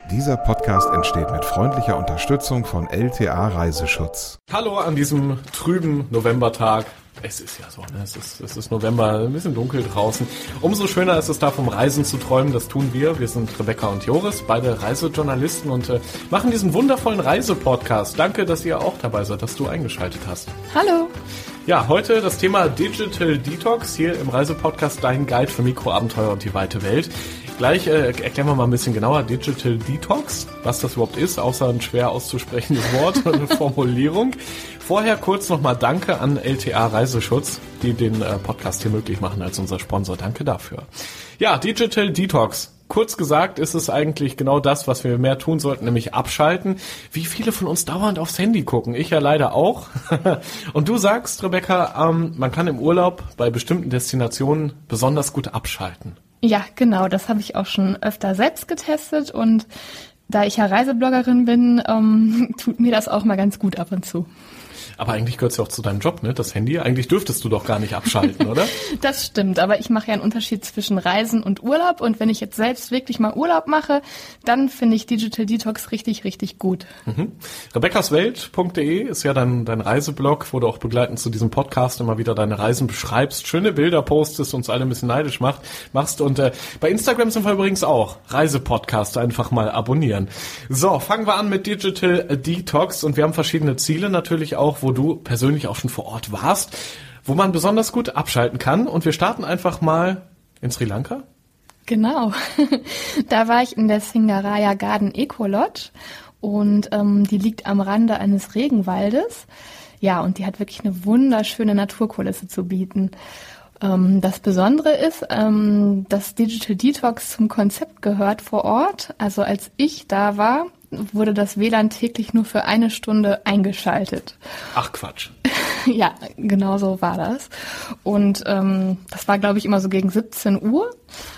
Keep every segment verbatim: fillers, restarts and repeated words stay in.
Dieser Podcast entsteht mit freundlicher Unterstützung von L T A Reiseschutz. Hallo an diesem trüben Novembertag. Es ist ja so, ne? es, ist, es ist November, ein bisschen dunkel draußen. Umso schöner ist es da, vom Reisen zu träumen. Das tun wir. Wir sind Rebecca und Joris, beide Reisejournalisten und äh, machen diesen wundervollen Reisepodcast. Danke, dass ihr auch dabei seid, dass du eingeschaltet hast. Hallo. Ja, heute das Thema Digital Detox hier im Reisepodcast, dein Guide für Mikroabenteuer und die weite Welt. Gleich äh, erklären wir mal ein bisschen genauer Digital Detox, was das überhaupt ist, außer ein schwer auszusprechendes Wort und eine Formulierung. Vorher kurz nochmal Danke an L T A Reiseschutz, die den äh, Podcast hier möglich machen als unser Sponsor. Danke dafür. Ja, Digital Detox. Kurz gesagt ist es eigentlich genau das, was wir mehr tun sollten, nämlich abschalten. Wie viele von uns dauernd aufs Handy gucken? Ich ja leider auch. Und du sagst, Rebecca, ähm, man kann im Urlaub bei bestimmten Destinationen besonders gut abschalten. Ja, genau, das habe ich auch schon öfter selbst getestet und da ich ja Reisebloggerin bin, ähm, tut mir das auch mal ganz gut ab und zu. Aber eigentlich gehört es ja auch zu deinem Job, ne? Das Handy. Eigentlich dürftest du doch gar nicht abschalten, oder? Das stimmt, aber ich mache ja einen Unterschied zwischen Reisen und Urlaub. Und wenn ich jetzt selbst wirklich mal Urlaub mache, dann finde ich Digital Detox richtig, richtig gut. Mhm. Rebeccaswelt punkt de ist ja dein, dein Reiseblog, wo du auch begleitend zu diesem Podcast immer wieder deine Reisen beschreibst, schöne Bilder postest, uns alle ein bisschen neidisch macht, machst. Und äh, bei Instagram sind wir übrigens auch. Reisepodcast einfach mal abonnieren. So, fangen wir an mit Digital Detox. Und wir haben verschiedene Ziele natürlich auch, wo du persönlich auch schon vor Ort warst, wo man besonders gut abschalten kann. Und wir starten einfach mal in Sri Lanka. Genau. Da war ich in der Singaraya Garden Eco Lodge und ähm, die liegt am Rande eines Regenwaldes. Ja, und die hat wirklich eine wunderschöne Naturkulisse zu bieten. Ähm, das Besondere ist, ähm, dass Digital Detox zum Konzept gehört vor Ort. Also als ich da war, wurde das W L A N täglich nur für eine Stunde eingeschaltet. Ach Quatsch. Ja, genau so war das. Und ähm, das war, glaube ich, immer so gegen siebzehn Uhr.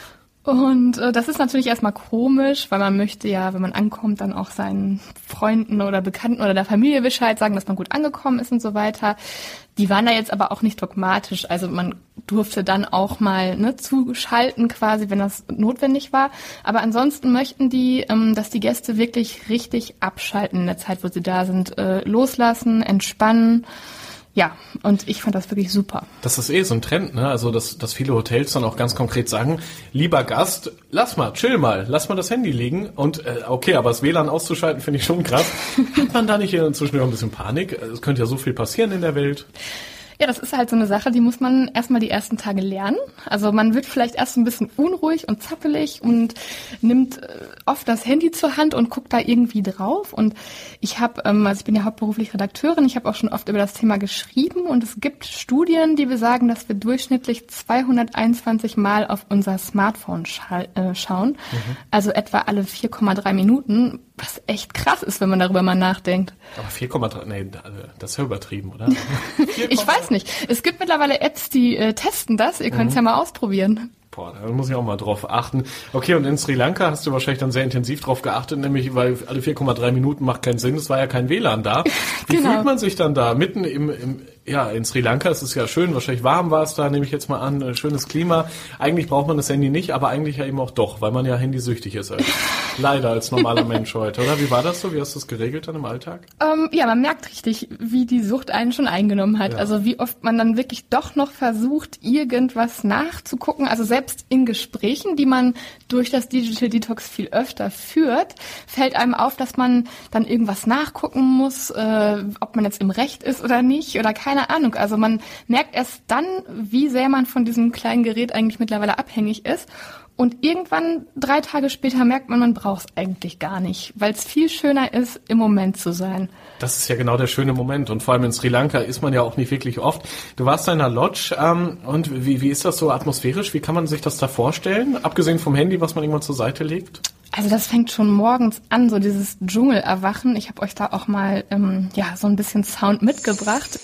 Und äh, das ist natürlich erstmal komisch, weil man möchte ja, wenn man ankommt, dann auch seinen Freunden oder Bekannten oder der Familie Bescheid sagen, dass man gut angekommen ist und so weiter. Die waren da jetzt aber auch nicht dogmatisch. Also man durfte dann auch mal ne, zuschalten quasi, wenn das notwendig war. Aber ansonsten möchten die, ähm, dass die Gäste wirklich richtig abschalten in der Zeit, wo sie da sind. Äh, loslassen, entspannen. Ja, und ich fand das wirklich super. Das ist eh so ein Trend, ne? Also, dass, dass viele Hotels dann auch ganz konkret sagen, lieber Gast, lass mal, chill mal, lass mal das Handy liegen. Und äh, okay, aber das W L A N auszuschalten, finde ich schon krass. Hat man da nicht inzwischen auch ein bisschen Panik? Es könnte ja so viel passieren in der Welt. Ja, das ist halt so eine Sache, die muss man erstmal die ersten Tage lernen. Also man wird vielleicht erst ein bisschen unruhig und zappelig und nimmt oft das Handy zur Hand und guckt da irgendwie drauf. Und ich habe, ähm, also ich bin ja hauptberuflich Redakteurin, ich habe auch schon oft über das Thema geschrieben und es gibt Studien, die besagen, dass wir durchschnittlich zweihunderteinundzwanzig Mal auf unser Smartphone scha- äh, schauen. Mhm. Also etwa alle vier Komma drei Minuten, was echt krass ist, wenn man darüber mal nachdenkt. Aber vier Komma drei, nee, das ist ja übertrieben, oder? Ich weiß nicht. Es gibt mittlerweile Apps, die äh, testen das. Ihr könnt es mhm. ja mal ausprobieren. Boah, da muss ich auch mal drauf achten. Okay, und in Sri Lanka hast du wahrscheinlich dann sehr intensiv drauf geachtet, nämlich weil alle vier Komma drei Minuten macht keinen Sinn, es war ja kein W L A N da. Wie genau. Fühlt man sich dann da? Mitten im, im ja, in Sri Lanka ist es ja schön, wahrscheinlich warm war es da, nehme ich jetzt mal an, schönes Klima. Eigentlich braucht man das Handy nicht, aber eigentlich ja eben auch doch, weil man ja handysüchtig ist. Also. Leider als normaler Mensch heute, oder? Wie war das so? Wie hast du das geregelt dann im Alltag? Ähm, ja, man merkt richtig, wie die Sucht einen schon eingenommen hat. Ja. Also wie oft man dann wirklich doch noch versucht, irgendwas nachzugucken. Also selbst in Gesprächen, die man durch das Digital Detox viel öfter führt, fällt einem auf, dass man dann irgendwas nachgucken muss, äh, ob man jetzt im Recht ist oder nicht oder keine Ahnung. Also man merkt erst dann, wie sehr man von diesem kleinen Gerät eigentlich mittlerweile abhängig ist. Und irgendwann, drei Tage später, merkt man, man braucht es eigentlich gar nicht, weil es viel schöner ist, im Moment zu sein. Das ist ja genau der schöne Moment. Und vor allem in Sri Lanka ist man ja auch nicht wirklich oft. Du warst da in einer Lodge. Ähm, und wie, wie ist das so atmosphärisch? Wie kann man sich das da vorstellen? Abgesehen vom Handy, was man irgendwann zur Seite legt? Also das fängt schon morgens an, so dieses Dschungelerwachen. Ich habe euch da auch mal ähm, ja so ein bisschen Sound mitgebracht.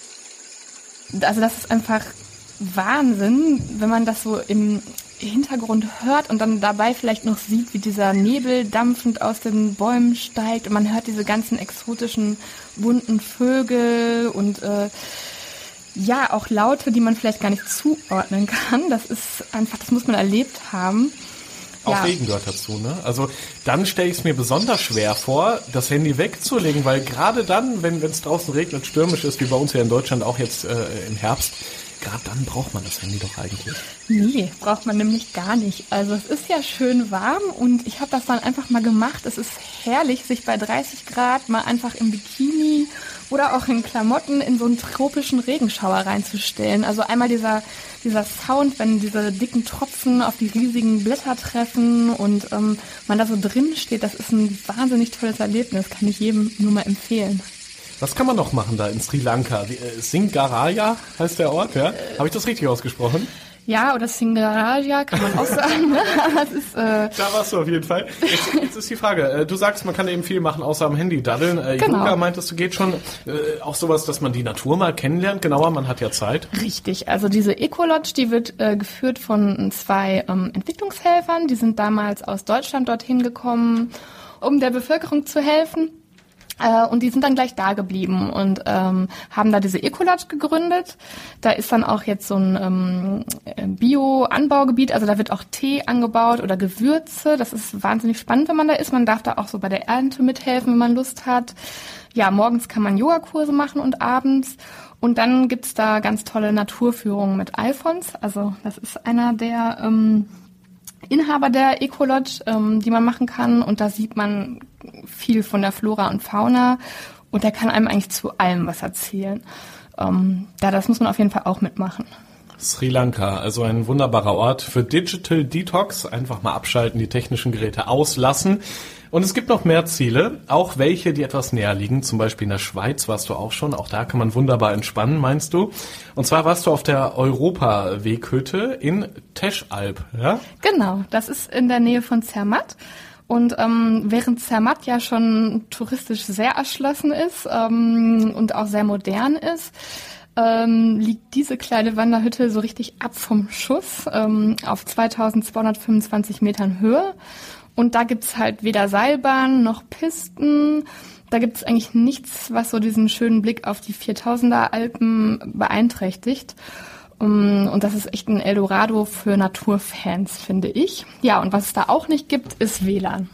Also das ist einfach Wahnsinn, wenn man das so im Hintergrund hört und dann dabei vielleicht noch sieht, wie dieser Nebel dampfend aus den Bäumen steigt und man hört diese ganzen exotischen bunten Vögel und äh, ja, auch Laute, die man vielleicht gar nicht zuordnen kann. Das ist einfach, das muss man erlebt haben. Auch Ja. Regen gehört dazu, ne? Also dann stelle ich es mir besonders schwer vor, das Handy wegzulegen, weil gerade dann, wenn es draußen regnet, stürmisch ist, wie bei uns hier in Deutschland auch jetzt äh, im Herbst, gerade dann braucht man das Handy doch eigentlich. Nee, braucht man nämlich gar nicht. Also es ist ja schön warm und ich habe das dann einfach mal gemacht. Es ist herrlich, sich bei dreißig Grad mal einfach im Bikini oder auch in Klamotten in so einen tropischen Regenschauer reinzustellen. Also einmal dieser dieser Sound, wenn diese dicken Tropfen auf die riesigen Blätter treffen und ähm, man da so drin steht, das ist ein wahnsinnig tolles Erlebnis. Kann ich jedem nur mal empfehlen. Was kann man noch machen da in Sri Lanka? Die, äh, Singaraja heißt der Ort, ja? Habe ich das richtig ausgesprochen? Ja, oder Singaraja kann man auch sagen. Ne? Aber es ist, äh Da warst du auf jeden Fall. Jetzt, jetzt ist die Frage, äh, du sagst, man kann eben viel machen, außer am Handy daddeln. Äh, Genau. Yoga meintest du, geht schon. Äh, auch sowas, dass man die Natur mal kennenlernt. Genauer, man hat ja Zeit. Richtig, also diese Ecolodge, die wird äh, geführt von zwei ähm, Entwicklungshelfern. Die sind damals aus Deutschland dorthin gekommen, um der Bevölkerung zu helfen. Äh, und die sind dann gleich da geblieben und ähm, haben da diese Ecolodge gegründet. Da ist dann auch jetzt so ein ähm, Bio-Anbaugebiet, also da wird auch Tee angebaut oder Gewürze. Das ist wahnsinnig spannend, wenn man da ist. Man darf da auch so bei der Ernte mithelfen, wenn man Lust hat. Ja, morgens kann man Yogakurse machen und abends. Und dann gibt's da ganz tolle Naturführungen mit Alfons. Also das ist einer der ähm, Inhaber der Ecolodge, ähm, die man machen kann. Und da sieht man viel von der Flora und Fauna. Und der kann einem eigentlich zu allem was erzählen. Ähm, da, das muss man auf jeden Fall auch mitmachen. Sri Lanka, also ein wunderbarer Ort für Digital Detox. Einfach mal abschalten, die technischen Geräte auslassen. Und es gibt noch mehr Ziele, auch welche, die etwas näher liegen. Zum Beispiel in der Schweiz warst du auch schon. Auch da kann man wunderbar entspannen, meinst du? Und zwar warst du auf der Europa-Weghütte in Teschalp, ja? Genau, das ist in der Nähe von Zermatt. Und ähm, während Zermatt ja schon touristisch sehr erschlossen ist ähm, und auch sehr modern ist, ähm, liegt diese kleine Wanderhütte so richtig ab vom Schuss ähm, auf zweitausendzweihundertfünfundzwanzig Metern Höhe. Und da gibt's halt weder Seilbahn noch Pisten. Da gibt's eigentlich nichts, was so diesen schönen Blick auf die viertausender Alpen beeinträchtigt. Um, und das ist echt ein Eldorado für Naturfans, finde ich. Ja, und was es da auch nicht gibt, ist W L A N.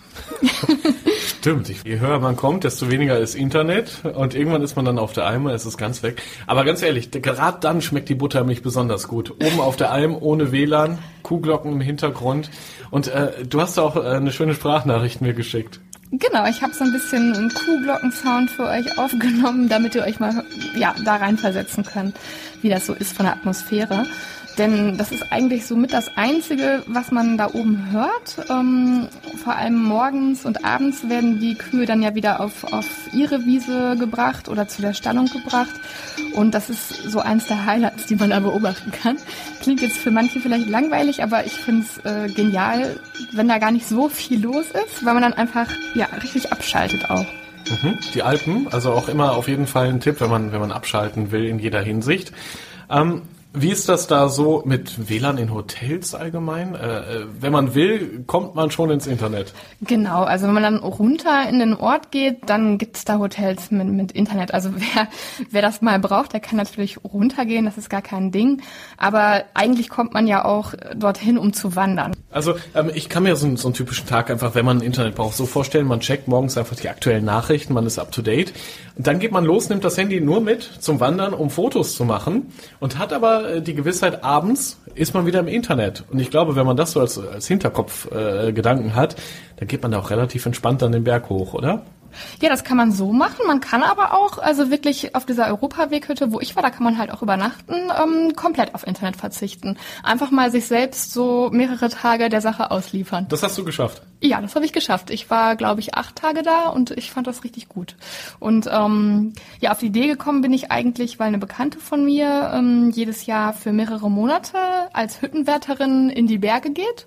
Stimmt, je höher man kommt, desto weniger ist Internet und irgendwann ist man dann auf der Alm, es ist ganz weg. Aber ganz ehrlich, gerade dann schmeckt die Buttermilch besonders gut. Oben auf der Alm, ohne W L A N, Kuhglocken im Hintergrund. Und äh, du hast auch äh, eine schöne Sprachnachricht mir geschickt. Genau, ich habe so ein bisschen einen Kuhglockensound für euch aufgenommen, damit ihr euch mal ja da reinversetzen könnt, wie das so ist von der Atmosphäre. Denn das ist eigentlich so mit das Einzige, was man da oben hört. Ähm, vor allem morgens und abends werden die Kühe dann ja wieder auf, auf ihre Wiese gebracht oder zu der Stallung gebracht. Und das ist so eins der Highlights, die man da beobachten kann. Klingt jetzt für manche vielleicht langweilig, aber ich finde es äh, genial, wenn da gar nicht so viel los ist, weil man dann einfach ja richtig abschaltet auch. Mhm, die Alpen, also auch immer auf jeden Fall ein Tipp, wenn man wenn man abschalten will in jeder Hinsicht. Ähm, Wie ist das da so mit W L A N in Hotels allgemein? Äh, wenn man will, kommt man schon ins Internet. Genau, also wenn man dann runter in den Ort geht, dann gibt's da Hotels mit, mit Internet. Also wer, wer das mal braucht, der kann natürlich runtergehen, das ist gar kein Ding. Aber eigentlich kommt man ja auch dorthin, um zu wandern. Also ähm, ich kann mir so, einen- so einen typischen Tag einfach, wenn man Internet braucht, so vorstellen, man checkt morgens einfach die aktuellen Nachrichten, man ist up to date. Und dann geht man los, nimmt das Handy nur mit zum Wandern, um Fotos zu machen und hat aber äh, die Gewissheit, abends ist man wieder im Internet. Und ich glaube, wenn man das so als, als Hinterkopf äh, Gedanken hat, dann geht man da auch relativ entspannt dann den Berg hoch, oder? Ja, das kann man so machen. Man kann aber auch, also wirklich auf dieser Europaweghütte, wo ich war, da kann man halt auch übernachten, ähm, komplett auf Internet verzichten. Einfach mal sich selbst so mehrere Tage der Sache ausliefern. Das hast du geschafft. Ja, das habe ich geschafft. Ich war, glaube ich, acht Tage da und ich fand das richtig gut. Und ähm, ja, auf die Idee gekommen bin ich eigentlich, weil eine Bekannte von mir ähm, jedes Jahr für mehrere Monate als Hüttenwärterin in die Berge geht.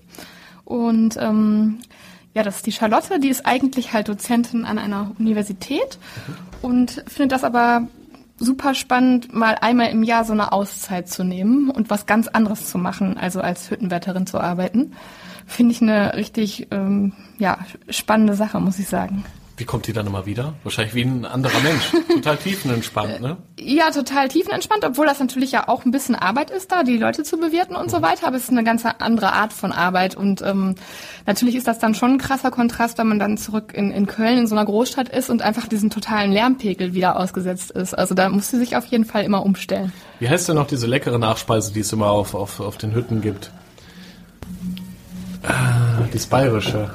Und ähm, ja, das ist die Charlotte, die ist eigentlich halt Dozentin an einer Universität und findet das aber super spannend, mal einmal im Jahr so eine Auszeit zu nehmen und was ganz anderes zu machen, also als Hüttenwärterin zu arbeiten. Finde ich eine richtig ähm, ja, spannende Sache, muss ich sagen. Wie kommt die dann immer wieder? Wahrscheinlich wie ein anderer Mensch. Total tiefenentspannt, ne? Ja, total tiefenentspannt, obwohl das natürlich ja auch ein bisschen Arbeit ist, da die Leute zu bewirten und mhm. so weiter. Aber es ist eine ganz andere Art von Arbeit. Und ähm, natürlich ist das dann schon ein krasser Kontrast, wenn man dann zurück in, in Köln in so einer Großstadt ist und einfach diesen totalen Lärmpegel wieder ausgesetzt ist. Also da muss sie sich auf jeden Fall immer umstellen. Wie heißt denn noch diese leckere Nachspeise, die es immer auf, auf, auf den Hütten gibt? Ah, das Bayerische.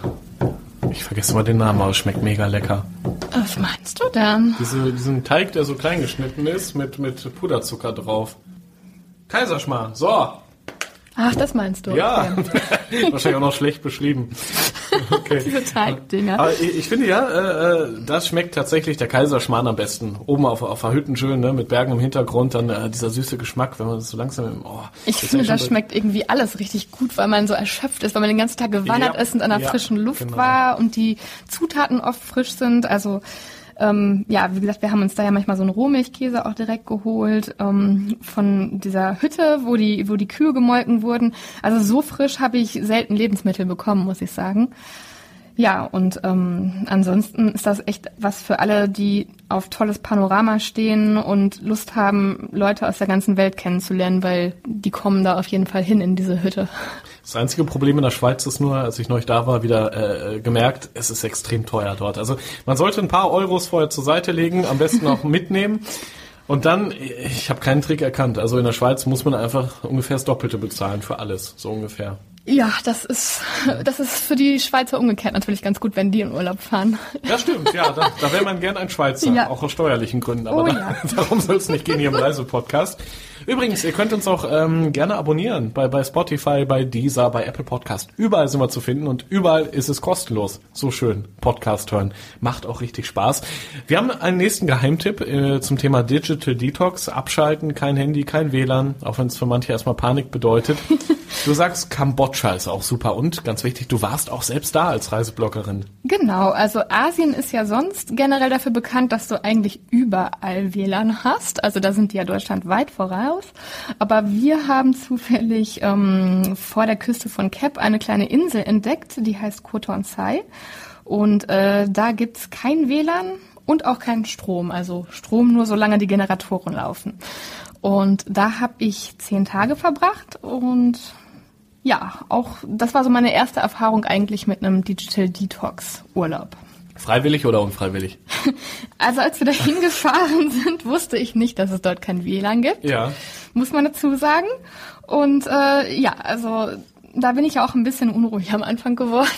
Ich vergesse mal den Namen, aber es schmeckt mega lecker. Was meinst du denn? Diese, diesen Teig, der so klein geschnitten ist, mit, mit Puderzucker drauf. Kaiserschmarrn, so. Ach, das meinst du? Ja, okay. Wahrscheinlich auch noch schlecht beschrieben. Okay. Diese Teigdinger. Aber ich, ich finde ja, äh, das schmeckt tatsächlich der Kaiserschmarrn am besten. Oben auf, auf der Hütten schön, ne, mit Bergen im Hintergrund, dann äh, dieser süße Geschmack, wenn man das so langsam... Oh, ich finde, das schmeckt irgendwie alles richtig gut, weil man so erschöpft ist, weil man den ganzen Tag gewandert ja, ist und an der ja, frischen Luft genau. war und die Zutaten oft frisch sind, also... Ähm, ja, wie gesagt, wir haben uns da ja manchmal so einen Rohmilchkäse auch direkt geholt ähm, von dieser Hütte, wo die wo die Kühe gemolken wurden. Also so frisch habe ich selten Lebensmittel bekommen, muss ich sagen. Ja, und ähm, ansonsten ist das echt was für alle, die auf tolles Panorama stehen und Lust haben, Leute aus der ganzen Welt kennenzulernen, weil die kommen da auf jeden Fall hin in diese Hütte. Das einzige Problem in der Schweiz ist nur, als ich neulich da war, wieder äh, gemerkt, es ist extrem teuer dort. Also man sollte ein paar Euros vorher zur Seite legen, am besten auch mitnehmen. Und dann, ich habe keinen Trick erkannt. Also in der Schweiz muss man einfach ungefähr das Doppelte bezahlen für alles, so ungefähr. Ja, das ist das ist für die Schweizer umgekehrt natürlich ganz gut, wenn die in Urlaub fahren. Ja, stimmt. Ja, da, da wäre man gern ein Schweizer, ja. Auch aus steuerlichen Gründen. Aber oh, da, ja. darum soll es nicht gehen hier im Reisepodcast. Übrigens, ihr könnt uns auch ähm, gerne abonnieren bei bei Spotify, bei Deezer, bei Apple Podcast. Überall sind wir zu finden und überall ist es kostenlos. So schön, Podcast hören. Macht auch richtig Spaß. Wir haben einen nächsten Geheimtipp äh, zum Thema Digital Detox. Abschalten, kein Handy, kein W L A N, auch wenn es für manche erstmal Panik bedeutet. Du sagst, Kambodscha ist auch super und ganz wichtig, du warst auch selbst da als Reisebloggerin. Genau, also Asien ist ja sonst generell dafür bekannt, dass du eigentlich überall W L A N hast. Also da sind die ja deutschlandweit voraus. Aber wir haben zufällig ähm, vor der Küste von Kep eine kleine Insel entdeckt, die heißt Koh Ton Sai. Und äh, da gibt's kein W L A N und auch keinen Strom. Also Strom nur, solange die Generatoren laufen. Und da habe ich zehn Tage verbracht und ja, auch das war so meine erste Erfahrung eigentlich mit einem Digital Detox Urlaub. Freiwillig oder unfreiwillig? Also als wir da hingefahren sind, wusste ich nicht, dass es dort kein W L A N gibt. Ja. Muss man dazu sagen. Und äh, ja, also da bin ich ja auch ein bisschen unruhig am Anfang geworden.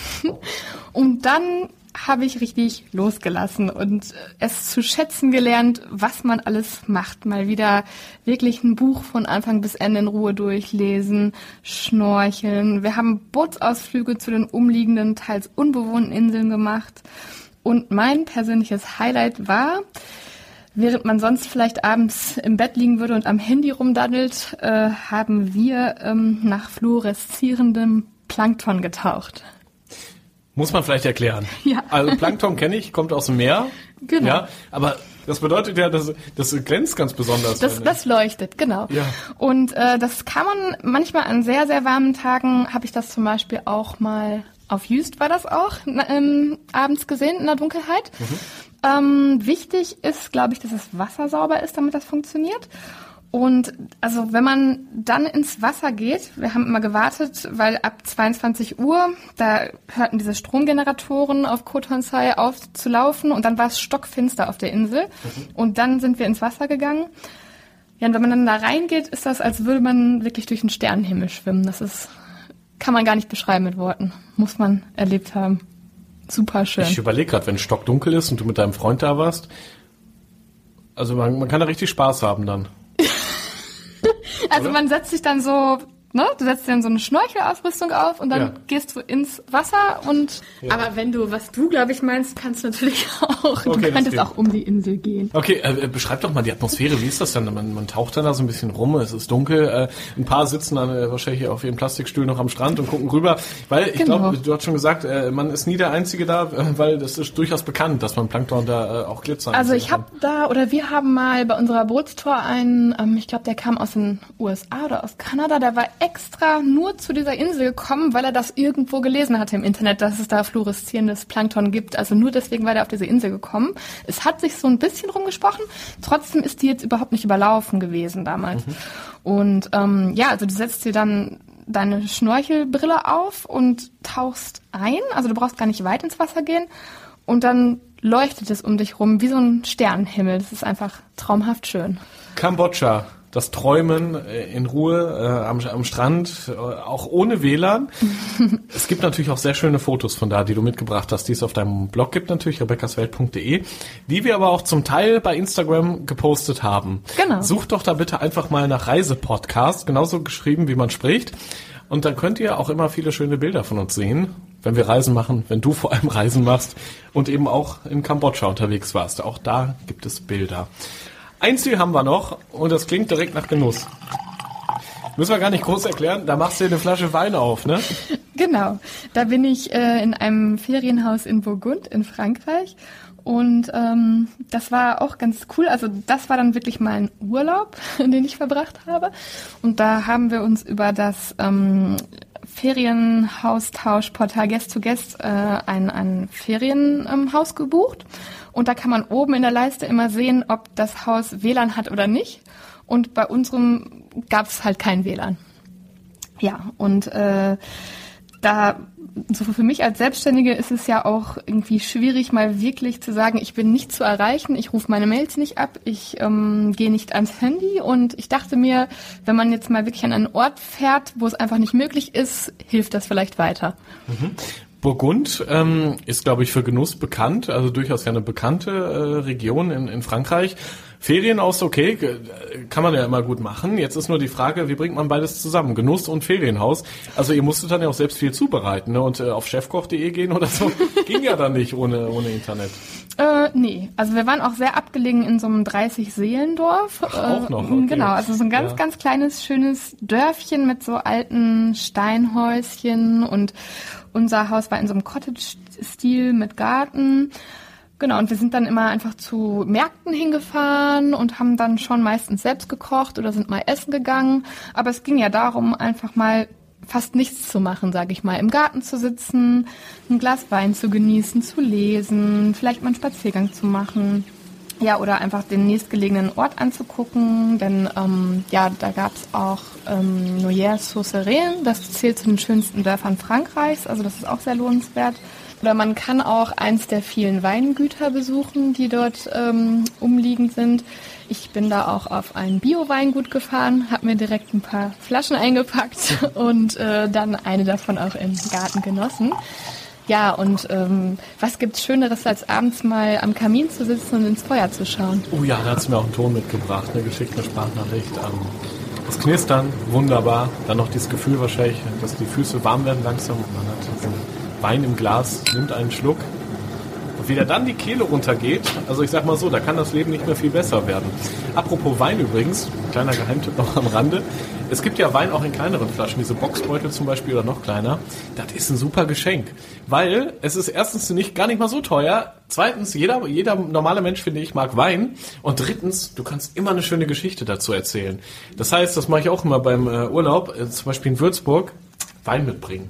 Und dann habe ich richtig losgelassen und es zu schätzen gelernt, was man alles macht. Mal wieder wirklich ein Buch von Anfang bis Ende in Ruhe durchlesen, schnorcheln. Wir haben Bootsausflüge zu den umliegenden, teils unbewohnten Inseln gemacht. Und mein persönliches Highlight war, während man sonst vielleicht abends im Bett liegen würde und am Handy rumdaddelt, äh, haben wir ähm, nach fluoreszierendem Plankton getaucht. Muss man vielleicht erklären. Ja. Also Plankton kenne ich, kommt aus dem Meer. Genau. Ja, aber das bedeutet ja, dass das glänzt ganz besonders. Das, das leuchtet, genau. Ja. Und äh, das kann man manchmal an sehr, sehr warmen Tagen, habe ich das zum Beispiel auch mal auf Jüst war das auch, ähm, abends gesehen in der Dunkelheit. Mhm. Ähm, wichtig ist, glaube ich, dass das Wasser sauber ist, damit das funktioniert. Und also wenn man dann ins Wasser geht, wir haben immer gewartet, weil ab zweiundzwanzig Uhr, da hörten diese Stromgeneratoren auf Koh Ton Sai auf zu laufen und dann war es stockfinster auf der Insel. Mhm. Und dann sind wir ins Wasser gegangen. Ja, und wenn man dann da reingeht, ist das, als würde man wirklich durch den Sternenhimmel schwimmen. Das ist, kann man gar nicht beschreiben mit Worten. Muss man erlebt haben. Super schön. Ich überlege gerade, wenn es stockdunkel ist und du mit deinem Freund da warst, also man, man kann da richtig Spaß haben dann. Also Oder? Man setzt sich dann so, ne, du setzt dir dann so eine Schnorchelausrüstung auf und dann ja. gehst du ins Wasser und, ja. aber wenn du, was du, glaube ich, meinst, kannst du natürlich auch, okay, du könntest auch um die Insel gehen. Okay, äh, beschreib doch mal die Atmosphäre, wie ist das denn? Man, man taucht dann da so ein bisschen rum, es ist dunkel, äh, ein paar sitzen dann äh, wahrscheinlich auf ihrem Plastikstuhl noch am Strand und gucken rüber, weil ich genau. glaube, du hast schon gesagt, äh, man ist nie der Einzige da, äh, weil das ist durchaus bekannt, dass man Plankton da äh, auch glitzern kann. Also ich habe da, oder wir haben mal bei unserer Bootstour einen, ähm, ich glaube, der kam aus den U S A oder aus Kanada, der war extra nur zu dieser Insel gekommen, weil er das irgendwo gelesen hatte im Internet, dass es da fluoreszierendes Plankton gibt. Also nur deswegen war er auf diese Insel gekommen. Es hat sich so ein bisschen rumgesprochen. Trotzdem ist die jetzt überhaupt nicht überlaufen gewesen damals. Mhm. Und ähm, ja, also du setzt dir dann deine Schnorchelbrille auf und tauchst ein. Also du brauchst gar nicht weit ins Wasser gehen. Und dann leuchtet es um dich rum wie so ein Sternenhimmel. Das ist einfach traumhaft schön. Kambodscha, das Träumen in Ruhe äh, am, am Strand, äh, auch ohne W L A N. Es gibt natürlich auch sehr schöne Fotos von da, die du mitgebracht hast, die es auf deinem Blog gibt natürlich, rebeccaswelt punkt de, die wir aber auch zum Teil bei Instagram gepostet haben. Genau. Such doch da bitte einfach mal nach Reisepodcast, genauso geschrieben, wie man spricht. Und dann könnt ihr auch immer viele schöne Bilder von uns sehen, wenn wir Reisen machen, wenn du vor allem Reisen machst und eben auch in Kambodscha unterwegs warst. Auch da gibt es Bilder. Ein Ziel haben wir noch und das klingt direkt nach Genuss. Müssen wir gar nicht groß erklären, da machst du dir eine Flasche Wein auf, ne? Genau, da bin ich äh, in einem Ferienhaus in Burgund in Frankreich und ähm, das war auch ganz cool. Also das war dann wirklich mein Urlaub, den ich verbracht habe und da haben wir uns über das ähm, Ferienhaustauschportal Guest to Guest äh, ein, ein Ferienhaus ähm, gebucht. Und da kann man oben in der Leiste immer sehen, ob das Haus W L A N hat oder nicht. Und bei unserem gab es halt kein W L A N. Ja, und äh, da, so für mich als Selbstständige ist es ja auch irgendwie schwierig, mal wirklich zu sagen, ich bin nicht zu erreichen, ich rufe meine Mails nicht ab, ich ähm, gehe nicht ans Handy. Und ich dachte mir, wenn man jetzt mal wirklich an einen Ort fährt, wo es einfach nicht möglich ist, hilft das vielleicht weiter. Mhm. Burgund ähm, ist, glaube ich, für Genuss bekannt, also durchaus ja eine bekannte äh, Region in, in Frankreich. Ferienhaus, okay, kann man ja immer gut machen. Jetzt ist nur die Frage, wie bringt man beides zusammen? Genuss und Ferienhaus. Also ihr musstet dann ja auch selbst viel zubereiten, ne? Und äh, auf chefkoch punkt de gehen oder so, ging ja dann nicht ohne, ohne Internet. Äh, nee, also wir waren auch sehr abgelegen in so einem dreißig-Seelendorf. Ach, auch noch, okay. Genau, also so ein ganz, ja. ganz kleines, schönes Dörfchen mit so alten Steinhäuschen und unser Haus war in so einem Cottage-Stil mit Garten. Genau, und wir sind dann immer einfach zu Märkten hingefahren und haben dann schon meistens selbst gekocht oder sind mal essen gegangen. Aber es ging ja darum, einfach mal fast nichts zu machen, sage ich mal. Im Garten zu sitzen, ein Glas Wein zu genießen, zu lesen, vielleicht mal einen Spaziergang zu machen. Ja, oder einfach den nächstgelegenen Ort anzugucken, denn ähm, ja, da gab es auch ähm, Noyers-sur-Serein, das zählt zu den schönsten Dörfern Frankreichs, also das ist auch sehr lohnenswert. Oder man kann auch eins der vielen Weingüter besuchen, die dort ähm, umliegend sind. Ich bin da auch auf ein Bio-Weingut gefahren, habe mir direkt ein paar Flaschen eingepackt und äh, dann eine davon auch im Garten genossen. Ja, und ähm, was gibt's Schöneres, als abends mal am Kamin zu sitzen und ins Feuer zu schauen? Oh ja, da hat's mir auch einen Ton mitgebracht, eine geschickte Sprachnachricht. Ähm, das Knistern, wunderbar. Dann noch dieses Gefühl wahrscheinlich, dass die Füße warm werden langsam und man hat diesen Wein im Glas, nimmt einen Schluck. Und wie der dann die Kehle runtergeht, also ich sag mal so, da kann das Leben nicht mehr viel besser werden. Apropos Wein übrigens, kleiner Geheimtipp noch am Rande. Es gibt ja Wein auch in kleineren Flaschen, diese Boxbeutel zum Beispiel oder noch kleiner. Das ist ein super Geschenk, weil es ist erstens nicht gar nicht mal so teuer. Zweitens, jeder, jeder normale Mensch, finde ich, mag Wein. Und drittens, du kannst immer eine schöne Geschichte dazu erzählen. Das heißt, das mache ich auch immer beim äh, Urlaub, äh, zum Beispiel in Würzburg, Wein mitbringen.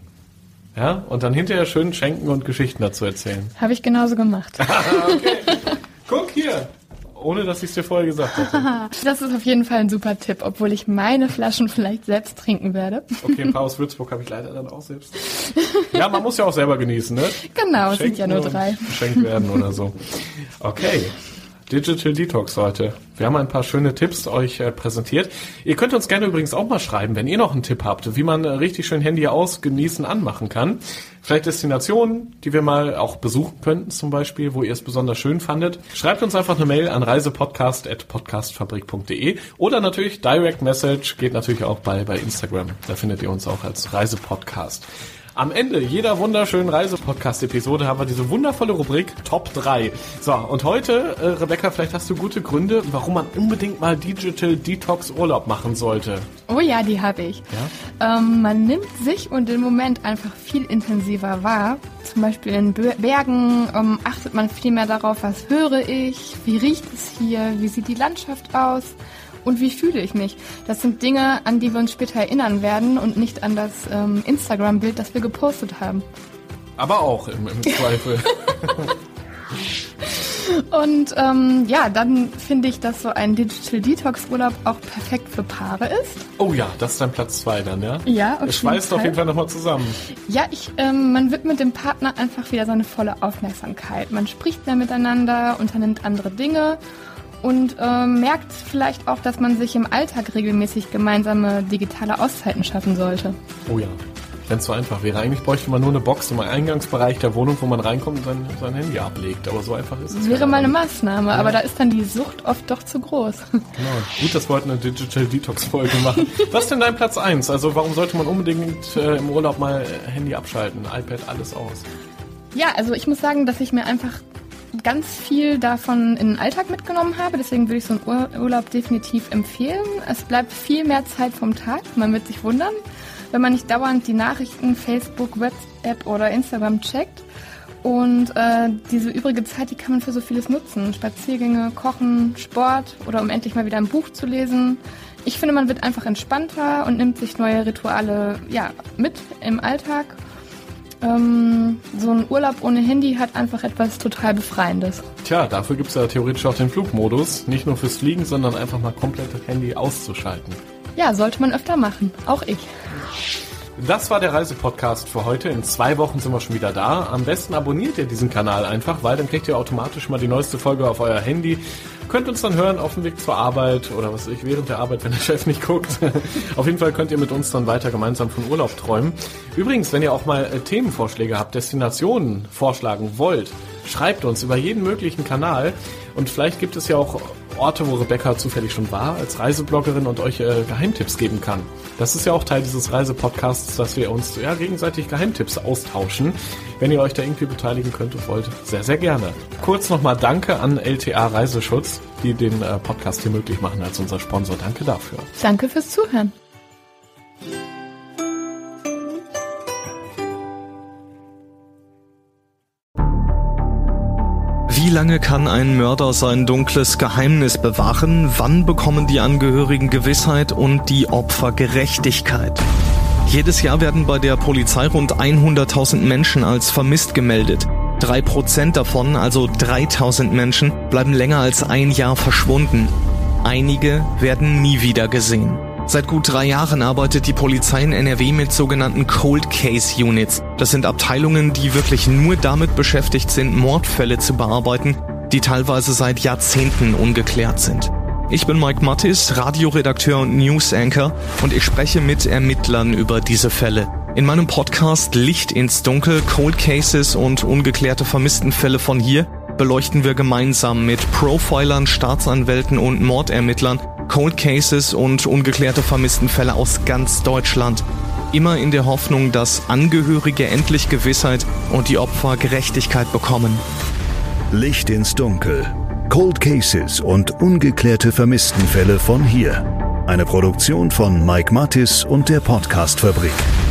Ja, und dann hinterher schön schenken und Geschichten dazu erzählen. Habe ich genauso gemacht. Okay, guck hier. Ohne, dass ich es dir vorher gesagt hätte. Das ist auf jeden Fall ein super Tipp, obwohl ich meine Flaschen vielleicht selbst trinken werde. Okay, ein paar aus Würzburg habe ich leider dann auch selbst. Ja, man muss ja auch selber genießen, ne? Genau, es sind ja nur drei. Geschenkt werden oder so. Okay. Digital Detox heute. Wir haben ein paar schöne Tipps euch äh, präsentiert. Ihr könnt uns gerne übrigens auch mal schreiben, wenn ihr noch einen Tipp habt, wie man äh, richtig schön Handy aus, genießen, anmachen kann. Vielleicht Destinationen, die wir mal auch besuchen könnten zum Beispiel, wo ihr es besonders schön fandet. Schreibt uns einfach eine Mail an reisepodcast at podcastfabrik punkt de oder natürlich Direct Message, geht natürlich auch bei, bei Instagram. Da findet ihr uns auch als Reisepodcast. Am Ende jeder wunderschönen Reise-Podcast-Episode haben wir diese wundervolle Rubrik Top drei. So, und heute, äh, Rebecca, vielleicht hast du gute Gründe, warum man unbedingt mal Digital Detox Urlaub machen sollte. Oh ja, die habe ich. Ja? Ähm, man nimmt sich und den Moment einfach viel intensiver wahr. Zum Beispiel in Bergen ähm, achtet man viel mehr darauf, was höre ich, wie riecht es hier, wie sieht die Landschaft aus. und wie fühle ich mich. Das sind Dinge, an die wir uns später erinnern werden und nicht an das ähm, Instagram-Bild, das wir gepostet haben. Aber auch im, im Zweifel. Und ähm, ja, dann finde ich, dass so ein Digital Detox Urlaub auch perfekt für Paare ist. Oh ja, das ist dann Platz zwei dann, ja? Ja, auf Es schweißt auf jeden Fall nochmal zusammen. Ja, ich, ähm, man widmet dem Partner einfach wieder seine volle Aufmerksamkeit. Man spricht mehr miteinander, unternimmt andere Dinge und ähm, merkt vielleicht auch, dass man sich im Alltag regelmäßig gemeinsame digitale Auszeiten schaffen sollte. Oh ja. Wenn es so einfach wäre. Eigentlich bräuchte man nur eine Box im Eingangsbereich der Wohnung, wo man reinkommt und sein, sein Handy ablegt. Aber so einfach ist es. Wäre mal eine Maßnahme, ja. Aber da ist dann die Sucht oft doch zu groß. Genau. Gut, dass wir heute eine Digital Detox-Folge machen. Was ist denn dein Platz eins? Also warum sollte man unbedingt äh, im Urlaub mal Handy abschalten, iPad, alles aus? Ja, also ich muss sagen, dass ich mir einfach ganz viel davon in den Alltag mitgenommen habe. Deswegen würde ich so einen Ur- Urlaub definitiv empfehlen. Es bleibt viel mehr Zeit vom Tag. Man wird sich wundern, wenn man nicht dauernd die Nachrichten, Facebook, WhatsApp oder Instagram checkt. Und äh, diese übrige Zeit, die kann man für so vieles nutzen. Spaziergänge, Kochen, Sport oder um endlich mal wieder ein Buch zu lesen. Ich finde, man wird einfach entspannter und nimmt sich neue Rituale ja, mit im Alltag. Ähm, so ein Urlaub ohne Handy hat einfach etwas total Befreiendes. Tja, dafür gibt es ja theoretisch auch den Flugmodus. Nicht nur fürs Fliegen, sondern einfach mal komplett das Handy auszuschalten. Ja, sollte man öfter machen. Auch ich. Das war der Reisepodcast für heute. In zwei Wochen sind wir schon wieder da. Am besten abonniert ihr diesen Kanal einfach, weil dann kriegt ihr automatisch mal die neueste Folge auf euer Handy. Könnt uns dann hören auf dem Weg zur Arbeit oder was weiß ich, während der Arbeit, wenn der Chef nicht guckt. Auf jeden Fall könnt ihr mit uns dann weiter gemeinsam von Urlaub träumen. Übrigens, wenn ihr auch mal äh, Themenvorschläge habt, Destinationen vorschlagen wollt, schreibt uns über jeden möglichen Kanal. Und vielleicht gibt es ja auch Orte, wo Rebecca zufällig schon war, als Reisebloggerin und euch äh, Geheimtipps geben kann. Das ist ja auch Teil dieses Reisepodcasts, dass wir uns ja gegenseitig Geheimtipps austauschen. Wenn ihr euch da irgendwie beteiligen könnt und wollt, sehr, sehr gerne. Kurz nochmal Danke an L T A Reiseschutz, die den äh, Podcast hier möglich machen als unser Sponsor. Danke dafür. Danke fürs Zuhören. Wie lange kann ein Mörder sein dunkles Geheimnis bewahren? Wann bekommen die Angehörigen Gewissheit und die Opfer Gerechtigkeit? Jedes Jahr werden bei der Polizei rund hunderttausend Menschen als vermisst gemeldet. Drei Prozent davon, also dreitausend Menschen, bleiben länger als ein Jahr verschwunden. Einige werden nie wieder gesehen. Seit gut drei Jahren arbeitet die Polizei in N R W mit sogenannten Cold Case Units. Das sind Abteilungen, die wirklich nur damit beschäftigt sind, Mordfälle zu bearbeiten, die teilweise seit Jahrzehnten ungeklärt sind. Ich bin Mike Mattis, Radioredakteur und News Anchor, und ich spreche mit Ermittlern über diese Fälle. In meinem Podcast Licht ins Dunkel, Cold Cases und ungeklärte Vermisstenfälle von hier beleuchten wir gemeinsam mit Profilern, Staatsanwälten und Mordermittlern Cold Cases und ungeklärte Vermisstenfälle aus ganz Deutschland. Immer in der Hoffnung, dass Angehörige endlich Gewissheit und die Opfer Gerechtigkeit bekommen. Licht ins Dunkel. Cold Cases und ungeklärte Vermisstenfälle von hier. Eine Produktion von Mike Mattis und der Podcast-Fabrik.